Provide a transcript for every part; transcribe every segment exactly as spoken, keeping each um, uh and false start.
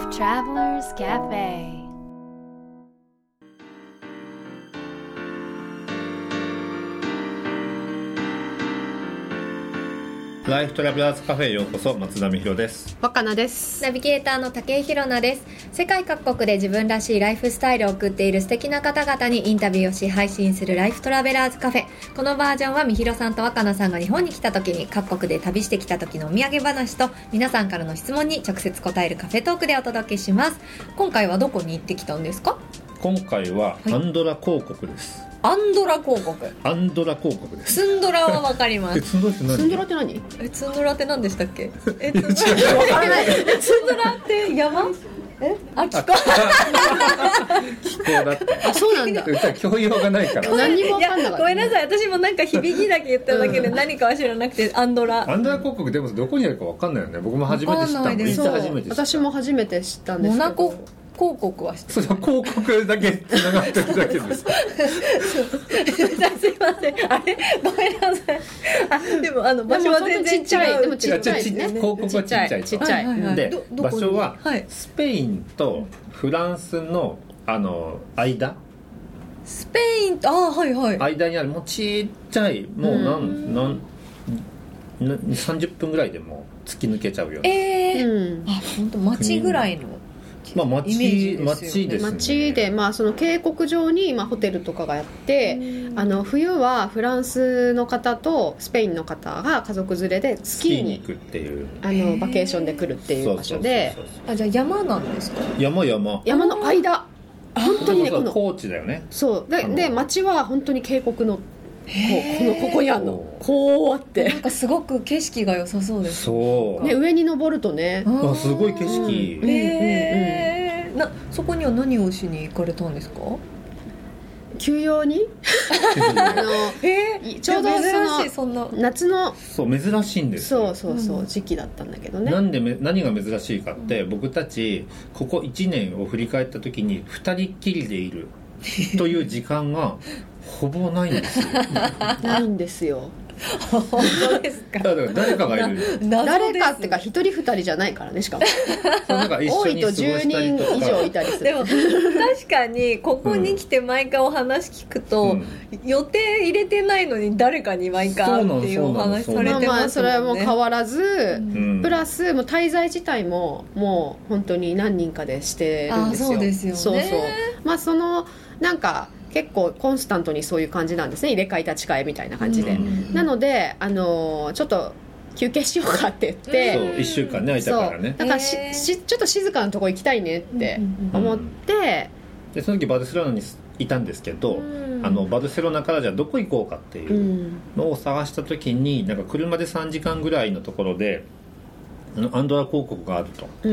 Travelers Cafe。 ライフトラベラーズカフェへようこそ。松田美弘です。 若菜です。 ナビゲーターの竹井宏奈です。世界各国で自分らしいライフスタイルを送っている素敵な方々にインタビューをし配信するライフトラベラーズカフェ。このバージョンは美弘さんと若菜さんが日本に来た時に各国で旅してきた時のお土産話と皆さんからの質問に直接答えるカフェトークでお届けします。今回はどこに行ってきたんですか？ 今回はアンドラ公国です、 はい、アンドラ公国。 アンドラ公国です。 ツンドラはわかります。 ツンドラって何？ ツンドラって何？ え、ツンドラって何でしたっけ？え、ツンドラツンドラって山？え、あ、気候気候だって。 あ、そうなんだ。 うちは教養がないから何にも分かんなかった。 ごめんなさい、私もなんか響きだけ言っただけで何かは知らなくて、アンドラアンドラ公国でもどこにあるか分かんないよね。僕も初めて知ったもん。 そう、 初めて知った。 私も初めて知ったんですけど。 モナコ広告は知ってる。 その広告だけつながってるだけですか？ すいません、あれごめんなさい。あ、でもあの場所は全然違う。 でもちっちゃいですね。 広告はちっちゃいちっちゃい、はいはいはい、 で場所ははい、 スペインとフランスのあの間スペインと、あ、はいはい、 間にあるもうちっちゃい、もうなんなんさんじゅっぷんぐらいでもう突き抜けちゃうような、 えー、 うん、 あ、本当町ぐらいの、 まあ、町、町ですね。 町で、まあ、その渓谷上に、まあ、ホテルとかがあって、あの冬はフランスの方とスペインの方が家族連れでスキーに行くっていう、 あのバケーションで来るっていう場所で、 あ、じゃあ山なんですか？ 山山山の間、本当にね、 この高地だよね。 そうで、で町は本当に渓谷のこうこのここにあるの、こうあってなんかすごく景色が良さそうです。 そう、 ね、上に登るとね、 あ、すごい景色、 うんえーうんうん、なそこには何をしに行かれたんですか？ 休養にあの、えー、ちょうどそのそんな夏のそう珍しいんですよ。 そうそうそう、うん、時期だったんだけどね。 なんでめ何が珍しいかって、うん、僕たちここいちねんを振り返った時にふたりっきりでいるという時間がほぼないんですよ。 ないんですよ。 本当ですか？ だから誰かがいる。 誰かってかひとりふたりじゃないからね、しかもなんか一緒に過ごしたりとか多いとじゅうにん以上いたりする。 でも確かにここに来て毎回お話聞くと、うん、予定入れてないのに誰かに毎回っていうお話されてますもんね。 まあまあそれはもう変わらず、うん、プラスもう滞在自体ももう本当に何人かでしてるんですよ。 あ、そうですよね。 そうそう、まあそのなんか結構コンスタントにそういう感じなんですね。入れ替え立ち替えみたいな感じで、うん、なので、あのー、ちょっと休憩しようかって言って、 そういっしゅうかんね空いたからね。 だからししちょっと静かなとこ行きたいねって思って、うん、 でその時バルセロナにいたんですけど、うん、あのバルセロナからじゃあどこ行こうかっていうのを探した時に、なんか車でさんじかんぐらいのところでアンドラ公国があると、うん、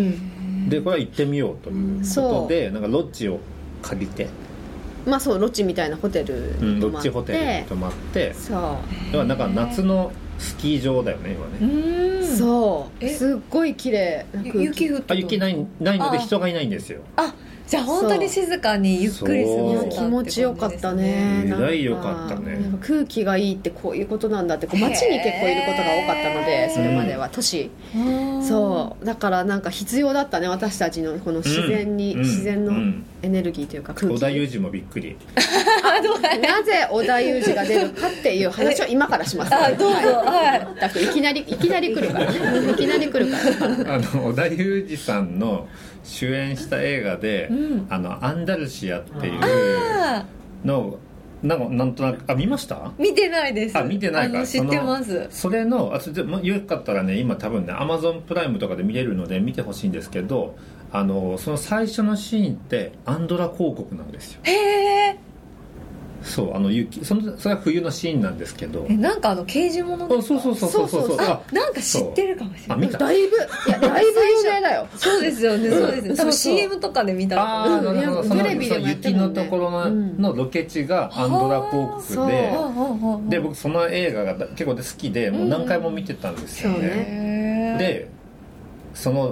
でこれは行ってみようということで、うん、なんかロッジを借りて、 まあそうロッジみたいなホテルに泊まって、うん、ロッジホテルに泊まって、 そう要はなんか夏のスキー場だよね今ね。 うん、そうすっごい綺麗な空気。 雪降ってあ、雪ないないので人がいないんですよ。 あ、じゃあ本当に静かにゆっくり過ごせたってことですね。 気持ちよかったね。 えらいよかったね。 なんか空気がいいってこういうことなんだって、こう街に結構いることが多かったので、それまでは都市、うん、そうだからなんか必要だったね、私たちのこの自然に、うん、自然のエネルギーというか空気。 織田裕二もびっくりなぜ織田裕二が出るかっていう話を今からします、ね、 あ、どうぞ、はい、 だからいきなりいきなり来るからねいきなり来るからあの織田裕二さんの主演した映画で、うん、あのアンダルシアっていうのなんかなんとなく、あ、見ました？ 見てないです。 あ、見てないか。 あの知ってます。 それの、あ、それでよかったらね、今多分ね Amazon プライムとかで見れるので見てほしいんですけど、あのその最初のシーンってアンドラ公国なんですよ。 へえ。 そう、あの雪、そのそれは冬のシーンなんですけど、 え、なんかあの刑事物の、 あ、そうそうそうそうそうそう、 あ、なんか知ってるかもしれない。 あ、見た。 だいぶ、いや、だいぶ有名だよ。 そうですよね、そうですね。多分 シーエム とかで見たら、 あ、なるほど。その雪のところの、うん、のロケ地がアンドラ公国で、で僕その映画が結構好きで、もう何回も見てたんですよね。うん、そうね。で、その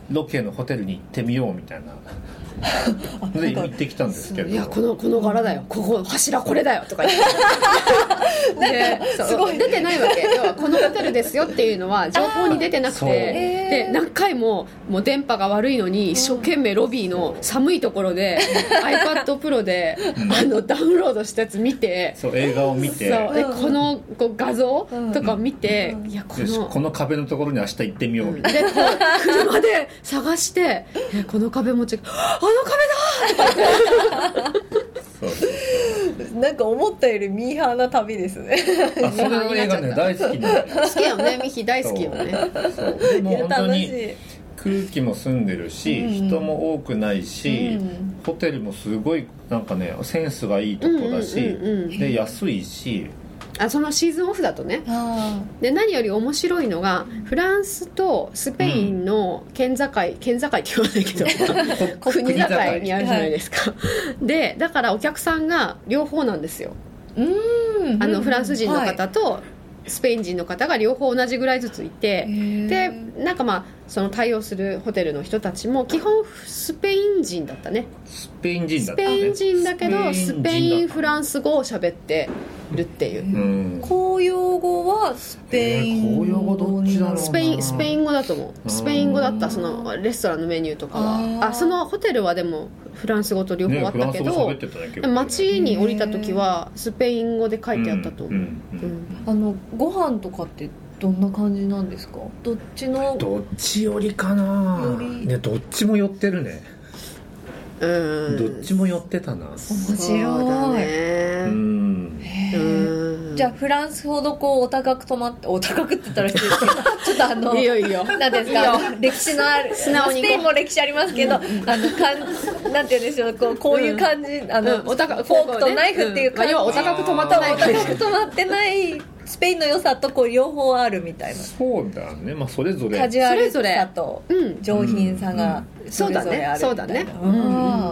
ロケのホテルに行ってみようみたいなで行ってきたんですけど、 いやこのこの柄だよ、ここ柱これだよとか言ってですごい出てないわけ。要はこのホテルですよっていうのは情報に出てなくて、で何回ももう電波が悪いのに一生懸命ロビーの寒いところで iPad Pro であのダウンロードしたやつ見て、 そう映画を見て、 そうでこのこう画像とか見て、いやこのこの壁のところに明日行ってみようみたいな、 でこう車で探してえこの壁も違う、あの壁だとか言ってそうそうなんか思ったよりミーハーな旅ですね。 あそれの映画ね大好きな好きよね、ミヒ大好きよね。 そうでも本当に空気も澄んでるし、うん、人も多くないし、うん、ホテルもすごいなんかねセンスがいいとこだし、うんうんうんうん、で安いし、 あそのシーズンオフだとね。で何より面白いのがフランスとスペインの県境、うん、県境って言わないけど国境にあるじゃないですか、はい、でだからお客さんが両方なんですよ。うんあのフランス人の方とスペイン人の方が両方同じぐらいずついて、でなんかまあその対応するホテルの人たちも基本スペイン人だったね。 スペイン人だったね。 スペイン人だけどスペインフランス語を喋ってるっていう、うん、 公用語はスペイン語、 えー、公用語どっちだろうな。 スペインスペイン語だと思う。スペイン語だった。そのレストランのメニューとかは あ, あそのホテルはでもフランス語と両方あったけど、ねね、街に降りた時はスペイン語で書いてあったと思う、うんうんうん、 あのご飯とかってどんな感じなんですか？どっちのどっち寄りかな、ね、どっちも寄ってるね。うんどっちも寄ってたな。面白いね。うんへじゃあフランスほどこうお高く泊まってお高くって言ったら失礼ですけどちょっとあのいいよいいよなんですか歴史のある素直にスペインも歴史ありますけど、うん、あのかんなんて言うんでしょうこうこういう感じ、うん、あの、うん、お高フォークとナイフっていう感じ、 うんまあ、要はお高く泊まってないお高く泊まってないスペインの良さとこう両方あるみたいな。 そうだね、まあ、それぞれカジュアルさと上品さがそれぞれあるみたいな。 そうだね、 うん、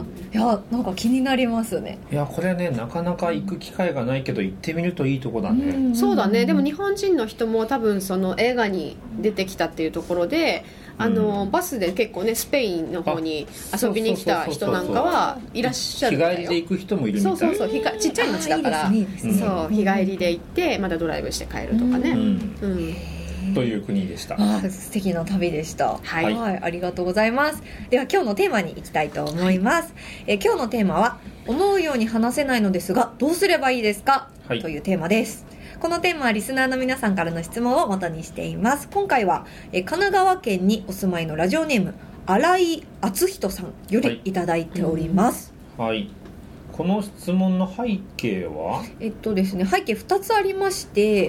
いやなんか気になりますね。 いやこれねなかなか行く機会がないけど行ってみるといいとこだね、うん、 そうだね。でも日本人の人も多分その映画に出てきたっていうところであの、うん、バスで結構ねスペインの方に遊びに来た人なんかはいらっしゃるんだよ。 日帰りで行く人もいるみたい。 そうそうそうちっちゃい町だから、いいですね、そう日帰りで行ってまたドライブして帰るとかね、うんうんという国でした。 あ素敵な旅でした、はい、はい、ありがとうございます。では今日のテーマに行きたいと思います、はい、え今日のテーマは思うように話せないのですがどうすればいいですか、はい、というテーマです。このテーマはリスナーの皆さんからの質問を元にしています。今回はえ神奈川県にお住まいのラジオネーム新井敦人さんよりいただいております。 はい、はい、この質問の背景はえっとですね背景ふたつありまして、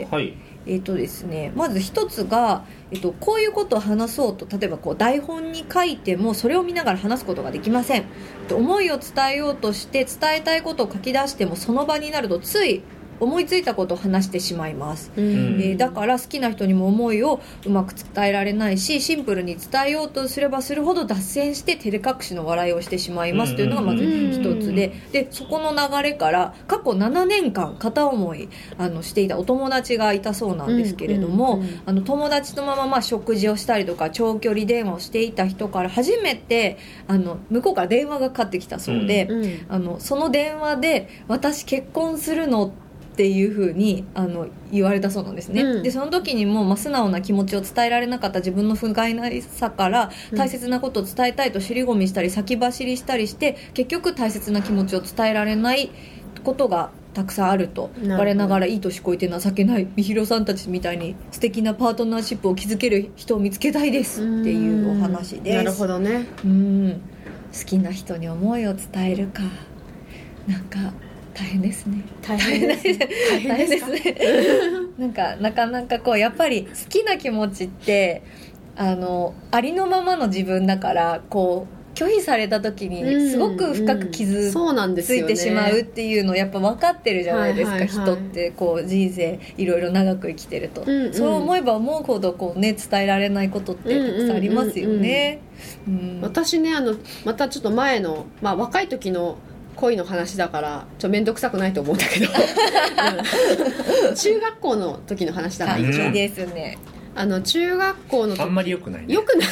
はいえーとですね、まず一つが、えっと、こういうことを話そうと例えばこう台本に書いてもそれを見ながら話すことができません。思いを伝えようとして伝えたいことを書き出してもその場になるとつい思いついたことを話してしまいます、うんえー、だから好きな人にも思いをうまく伝えられないしシンプルに伝えようとすればするほど脱線して照れ隠しの笑いをしてしまいますというのがまず一つで、でそこの流れから過去ななねんかん片思いあのしていたお友達がいたそうなんですけれども、うんうんうん、あの友達のまままあ食事をしたりとか長距離電話をしていた人から初めてあの向こうから電話がかかってきたそうで、うんうん、あのその電話で私結婚するのっていう風にあに言われたそうなんですね、うん、でその時にも、まあ、素直な気持ちを伝えられなかった自分の不甲斐ないさから大切なことを伝えたいと尻込みしたり先走りしたりして結局大切な気持ちを伝えられないことがたくさんあると。我ながらいい年こいて情けないみひろさんたちみたいに素敵なパートナーシップを築ける人を見つけたいですっていうお話です。 なるほどね。 うん好きな人に思いを伝えるかなんか大変ですね。 大変ですね。 大変ですね。なんかなかなかこうやっぱり好きな気持ちってあのありのままの自分だからこう拒否された時にすごく深く傷ついてしまうっていうのをやっぱ分かってるじゃないですか、はいはいはい、人ってこう人生いろいろ長く生きてると、うんうん、そう思えば思うほどこう、ね、伝えられないことってたくさんありますよね。 私ねあのまたちょっと前の、まあ、若い時の恋の話だからちょっと面倒くさくないと思うんだけど中学校の時の話だからいいですね。 あの中学校の時あんまり良くないね。 良くない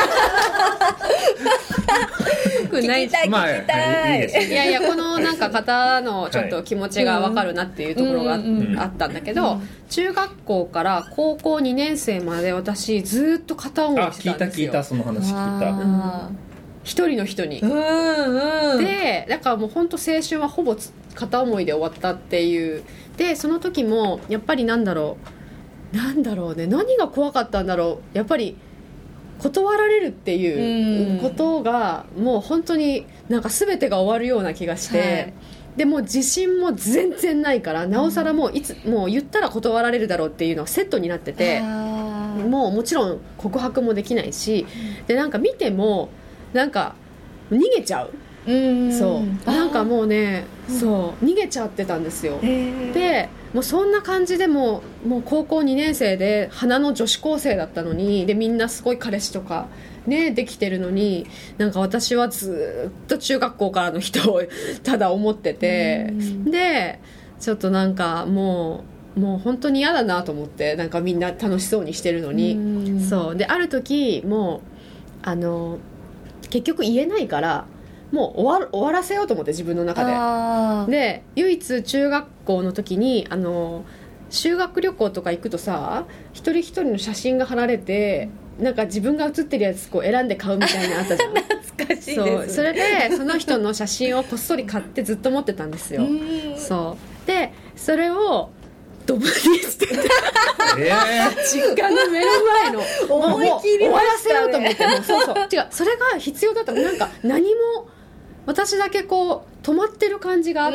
良くない聞きたいまあ聞きたい、 いいですねいやいやこのなんか方のちょっと気持ちが分かるなっていうところがあうんうんうんあったんだけど、中学校から高校にねん生まで私ずっと片思いあ、聞いしてたんですよ。 た聞いた、その話聞いた。 あ一人の人にーうんうんでだからもう本当青春はほぼ片思いで終わったっていう。でその時もやっぱりなんだろうなんだろうね何が怖かったんだろう。やっぱり断られるっていうことがもう本当になんか全てが終わるような気がして、はい、でもう自信も全然ないからなおさらもういつもう言ったら断られるだろうっていうのがセットになってて、もうもちろん告白もできないし、でなんか見てもなんか逃げちゃう。 うんそうなんかもうね、そう逃げちゃってたんですよ。でもうそんな感じでももう高校にねん生で花の女子高生だったのに、でみんなすごい彼氏とかねできてるのに、なんか私はずっと中学校からの人をただ思ってて、でちょっとなんかもうもう本当に嫌だなと思って、なんかみんな楽しそうにしてるのに、そうである時もうあの結局言えないからもう終わる終わらせようと思って自分の中で。で唯一中学校の時にあの修学旅行とか行くとさ、一人一人の写真が貼られてなんか自分が写ってるやつこう選んで買うみたいなのあったじゃん懐かしいです、ね、 そうそれでその人の写真をこっそり買ってずっと持ってたんですよ。そうでそれをドブにしててえー、 実家の目の前の思い切りましたね。 もう終わらせようと思ってもうそうそう違うそれが必要だったの。なんか何も私だけこう止まってる感じがあって、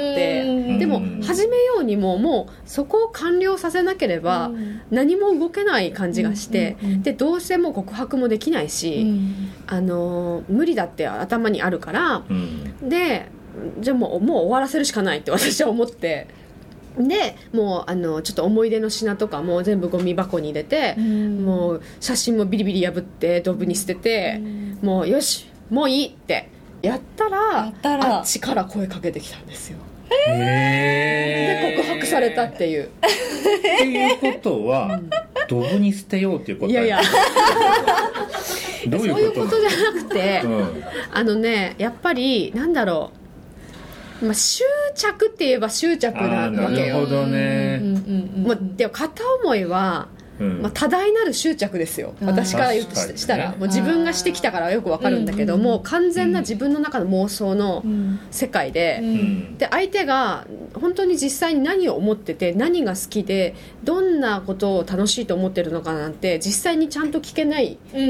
でも始めようにももうそこを完了させなければ何も動けない感じがして、でどうせもう告白もできないし、あの無理だって頭にあるから、でじゃあもうもう終わらせるしかないって私は思って、でもうあのちょっと思い出の品とかも全部ゴミ箱に入れて、もう写真もビリビリ破ってドブに捨てて、もうよしもういいってやったら、 やったらあっちから声かけてきたんですよ。 へで告白されたっていう。 っていうことは、ドブに捨てようっていうこといやいやどういうこと？ そういうことじゃなくて、 うん、 あのねやっぱりなんだろう、まあ、執着って言えば執着なわけよ。 なるほどね。 もうでも片思いは、まあ、多大なる執着ですよ、私から言うとしたら、ね、もう自分がしてきたからよくわかるんだけど、もう完全な自分の中の妄想の世界で、うん、で相手が本当に実際に何を思ってて何が好きでどんなことを楽しいと思ってるのかなんて実際にちゃんと聞けない、うん、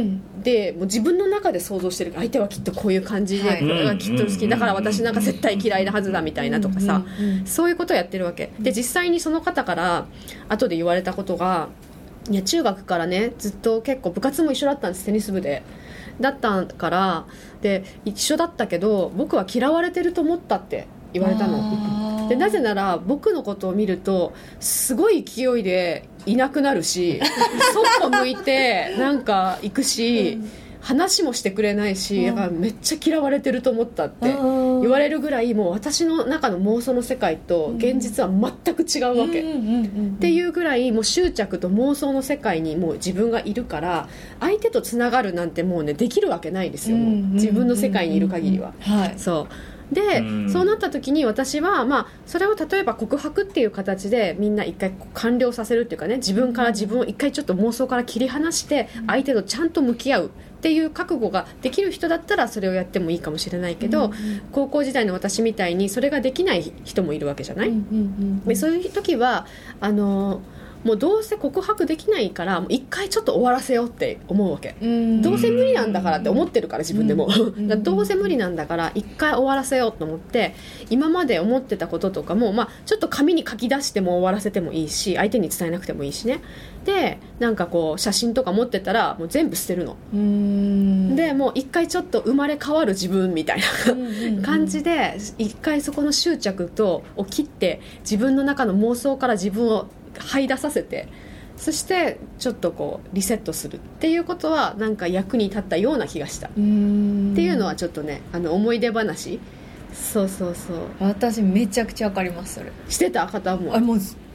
でもう自分の中で想像してる相手はきっとこういう感じで、はい、これがきっと好きだから私なんか絶対嫌いなはずだみたいなとかさ、うんうんうん、そういうことをやってるわけで、実際にその方から後で言われたことが、いや中学からねずっと結構部活も一緒だったんです、テニス部でだったからで一緒だったけど僕は嫌われてると思ったって言われたので、なぜなら僕のことを見るとすごい勢いでいなくなるしそっぽ向いてなんか行くし、うん話もしてくれないし、だからめっちゃ嫌われてると思ったって言われるぐらい、もう私の中の妄想の世界と現実は全く違うわけっていうぐらい、もう執着と妄想の世界にもう自分がいるから、相手とつながるなんてもうねできるわけないですよ、もう自分の世界にいる限りは。そうで、うん、そうなった時に私は、まあ、それを例えば告白っていう形でみんな一回完了させるっていうかね、自分から自分を一回ちょっと妄想から切り離して相手とちゃんと向き合うっていう覚悟ができる人だったらそれをやってもいいかもしれないけど、うんうん、高校時代の私みたいにそれができない人もいるわけじゃない、うんうんうんうん、そういう時はあのもうどうせ告白できないからもう一回ちょっと終わらせようって思うわけ、うん、どうせ無理なんだからって思ってるから自分でも、うん、だどうせ無理なんだから一回終わらせようと思って、今まで思ってたこととかも、まあ、ちょっと紙に書き出しても終わらせてもいいし、相手に伝えなくてもいいしね。でなんかこう写真とか持ってたらもう全部捨てるの、うん、でもう一回ちょっと生まれ変わる自分みたいな感じで一回そこの執着とを切って自分の中の妄想から自分を這い出させて、そしてちょっとこうリセットするっていうことはなんか役に立ったような気がしたっていうのはちょっとね、あの思い出話。そうそうそう、 私めちゃくちゃわかります。それしてた方もあもう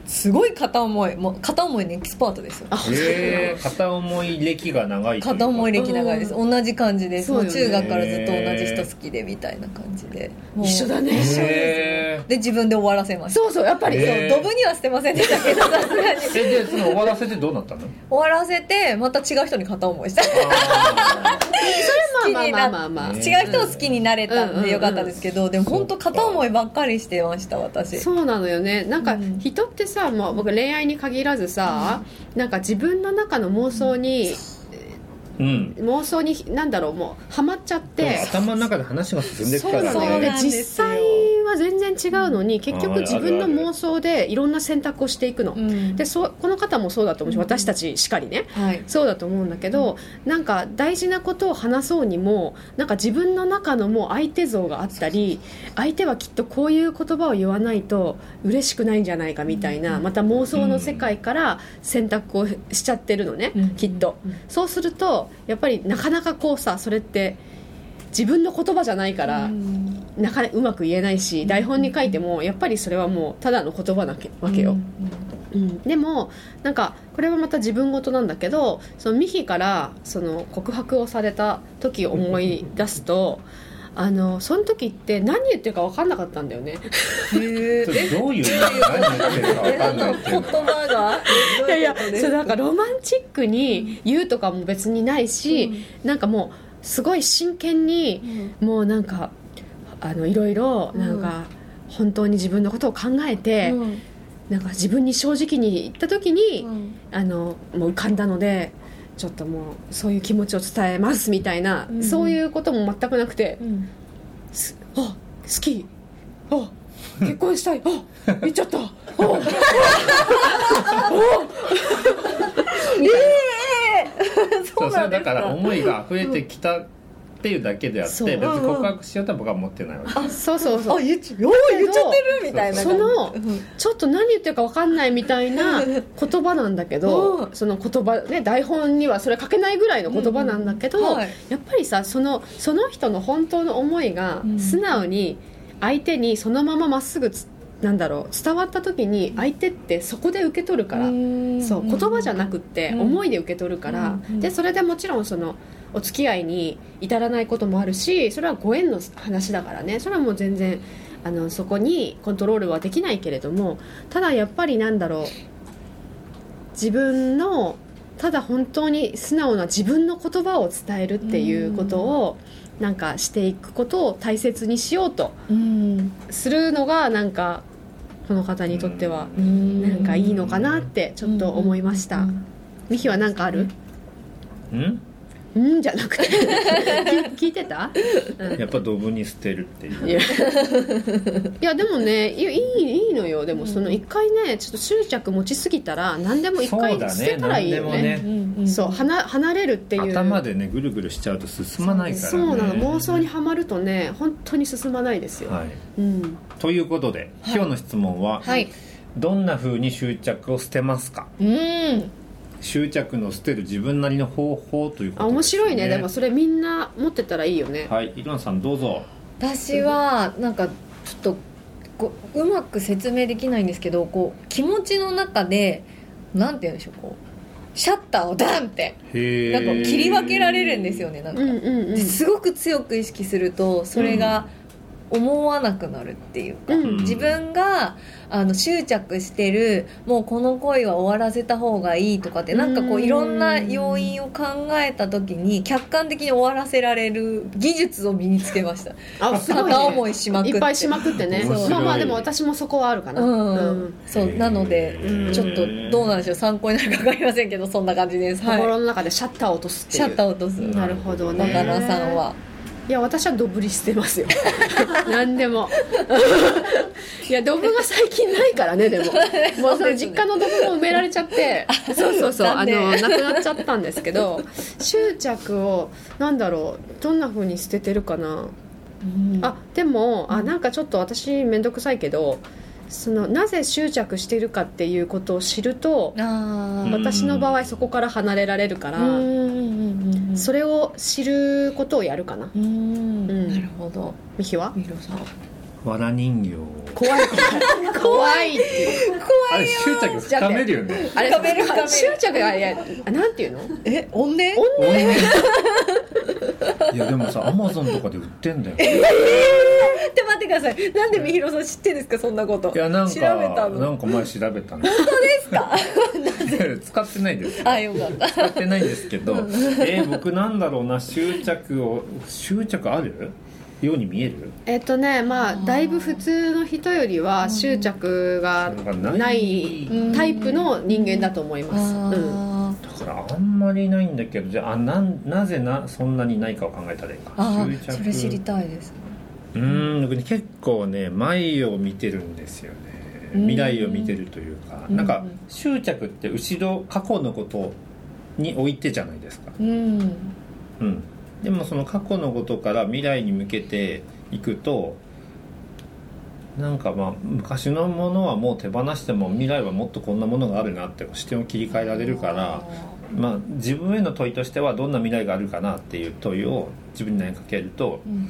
すごい片思い、もう片思いのエキスパートですよ。 へー、片思い歴が長いというか。 片思い歴長いです、 うん、 同じ感じです。もう中学からずっと同じ人へー好きでみたいな感じで、もう一緒だね。 へーで自分で終わらせました。 そうそう、やっぱり、 へーそうドブには捨てませんでしたけど、さすがにえでその終わらせてどうなったの？ 終わらせてまた違う人に片思いしたあそれまあまあまあまあまあ、 ね違う人を好きになれたんでよかったですけど、でも本当そっか片思いばっかりしてました私。 そうなのよね。なんかうん人ってさ、もう僕恋愛に限らずさ、なんか自分の中の妄想に、 うん妄想になんだろう、もうハマっちゃって頭の中で話が進んでいくからね。 そうなのよ。でそうなんですよ実際は全然違うのに、結局自分の妄想でいろんな選択をしていくの、 うんでそこの方もそうだと思うし、私たちしかりね、 はいそうだと思うんだけど、なんか大事なことを話そうにも、なんか自分の中のもう相手像があったり、相手はきっとこういう言葉を言わないと嬉しくないんじゃないかみたいな、また妄想の世界から選択をしちゃってるのね、 うんきっと。そうするとやっぱりなかなかこうさ、それって自分の言葉じゃないから、 うんなかなかうまく言えないし、台本に書いてもやっぱりそれはもうただの言葉なわけよ、うん、でもなんかこれはまた自分事なんだけど、そのミヒからその告白をされた時を思い出すと、あのその時って何言ってるか分かんなかったんだよね。 へそれどういう意味？何言ってるか分かんないっていう言葉がいやいや、それなんかロマンチックに言うとかも別にないし、なんかもうすごい真剣に、もうなんかあのいろいろなんか本当に自分のことを考えて、 うんなんか自分に正直に言った時に、 うんあのもう浮かんだのでちょっともうそういう気持ちを伝えますみたいな、 うんそういうことも全くなくて、 うんすあ好きあ結婚したいあ言っちゃったああそうそれだから思いが溢れてきたっていうだけであって、 そう別に告白しようとは僕は思ってないわけ。 あそうそうそうあ言っちゃよう言っちゃってるみたいな感じ。 そのうんちょっと何言ってるか分かんないみたいな言葉なんだけど、 うんその言葉ね、台本にはそれ書けないぐらいの言葉なんだけど、 うんうんはいやっぱりさ、そのその人の本当の思いがうん素直に相手にそのまままっすぐつなんだろう伝わった時に、相手ってそこで受け取るから、 うんそう言葉じゃなくってうん思いで受け取るから、 うんでそれでもちろんそのお付き合いに至らないこともあるし、それはご縁の話だからね、それはもう全然あのそこにコントロールはできないけれども、ただやっぱりなんだろう、自分のただ本当に素直な自分の言葉を伝えるっていうことをなんかしていくことを大切にしようとうんするのが、なんかこの方にとってはうんなんかいいのかなってちょっと思いました。ミヒは何かある？ んうんじゃなくて聞いてた？うん、 やっぱドブに捨てるっていう。 いやいやでもね、いいいいのよ。でもその一回ね、ちょっと執着持ちすぎたら何でも一回捨てたらいいよね。 そうだね、何でもね、 そう離離れるっていう頭でねぐるぐるしちゃうと進まないからね。 そうなの、妄想にはまるとね本当に進まないですよ、 はい、 うん、 ということで、 はい今日の質問は、 はいどんな風に執着を捨てますか？ うん執着の捨てる自分なりの方法ということですね。 あ面白いね。でもそれみんな持ってたらいいよね。 はい、イランさんどうぞ。 私はなんかちょっとこううまく説明できないんですけど、こう気持ちの中でなんて言うんでしょう、こうシャッターをダンってへなんか切り分けられるんですよね。なんか、 うんうんうん、 ですごく強く意識するとそれが思わなくなるっていうか、 うん自分があの執着してるもうこの恋は終わらせた方がいいとかってなんかこううんいろんな要因を考えた時に客観的に終わらせられる技術を身につけました。 あすごいね、 片思いしまくっていっぱいしまくってね。 面白いまあまあでも私もそこはあるかな、 うんうんそうなのでうんちょっとどうなんでしょう、参考になるか分かりませんけどそんな感じです。はい、 心の中でシャッターを落とすっていう。 シャッターを落とす。 なるほどね。 若菜さんはいや私はドブリ捨てますよ何でもいやドブが最近ないからね。でももうその実家のドブも埋められちゃってそうそうそうあ残念のなくなっちゃったんですけど、執着をなんだろうどんな風に捨ててるかな。 うんあでもあなんかちょっと私めんどくさいけど、そのなぜ執着しているかっていうことを知ると、 あー私の場合そこから離れられるから、 うんうんうんうんそれを知ることをやるかな。 うんうんなるほど。 ミヒはミヒロさんわら人形怖い怖い怖いっていうあれ執着深めるよね。 あれ深める深める執着がいやなんていうのえ怨念怨念いやでもさアマゾンとかで売ってんだよ。 えー、って待ってください。なんでみひろさん知ってんですかそんなこと。 いやなんか調べたの。 なんか前調べたんです。 本当ですか使ってないです。 あよかった使ってないんですけど、えー、僕なんだろうな執着を執着あるように見える？ えっとねまあだいぶ普通の人よりは執着がないタイプの人間だと思います、うん、 だからあんまりないんだけどじゃあな, なぜなそんなにないかを考えたらいいか。 あ執着それ知りたいです。 うーん僕、ね、結構ね前を見てるんですよね。未来を見てるというか、うん、なんか執着って後ろ過去のことに置いてじゃないですか。 うん、 うん、でもその過去のことから未来に向けていくとなんかまあ昔のものはもう手放しても未来はもっとこんなものがあるなって視点を切り替えられるから、まあ、自分への問いとしてはどんな未来があるかなっていう問いを自分に投げかけると、うんうんうん、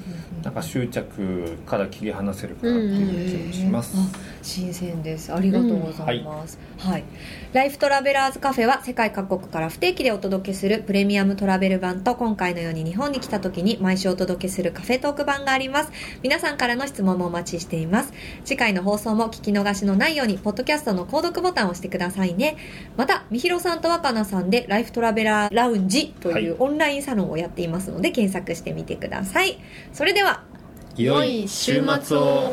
なんか執着から切り離せるかなっていう気もします、うんうん、 新鮮です。ありがとうございます、うんはいはい、ライフトラベラーズカフェは世界各国から不定期でお届けするプレミアムトラベル版と今回のように日本に来た時に毎週お届けするカフェトーク版があります。皆さんからの質問もお待ちしています。次回の放送も聞き逃しのないようにポッドキャストの購読ボタンを押してくださいね。またみひろさんと若菜さんでライフトラベラーラウンジというオンラインサロンをやっていますので検索してみてください。それでは良い週末を。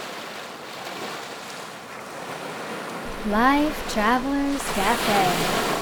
Life Travelers Cafe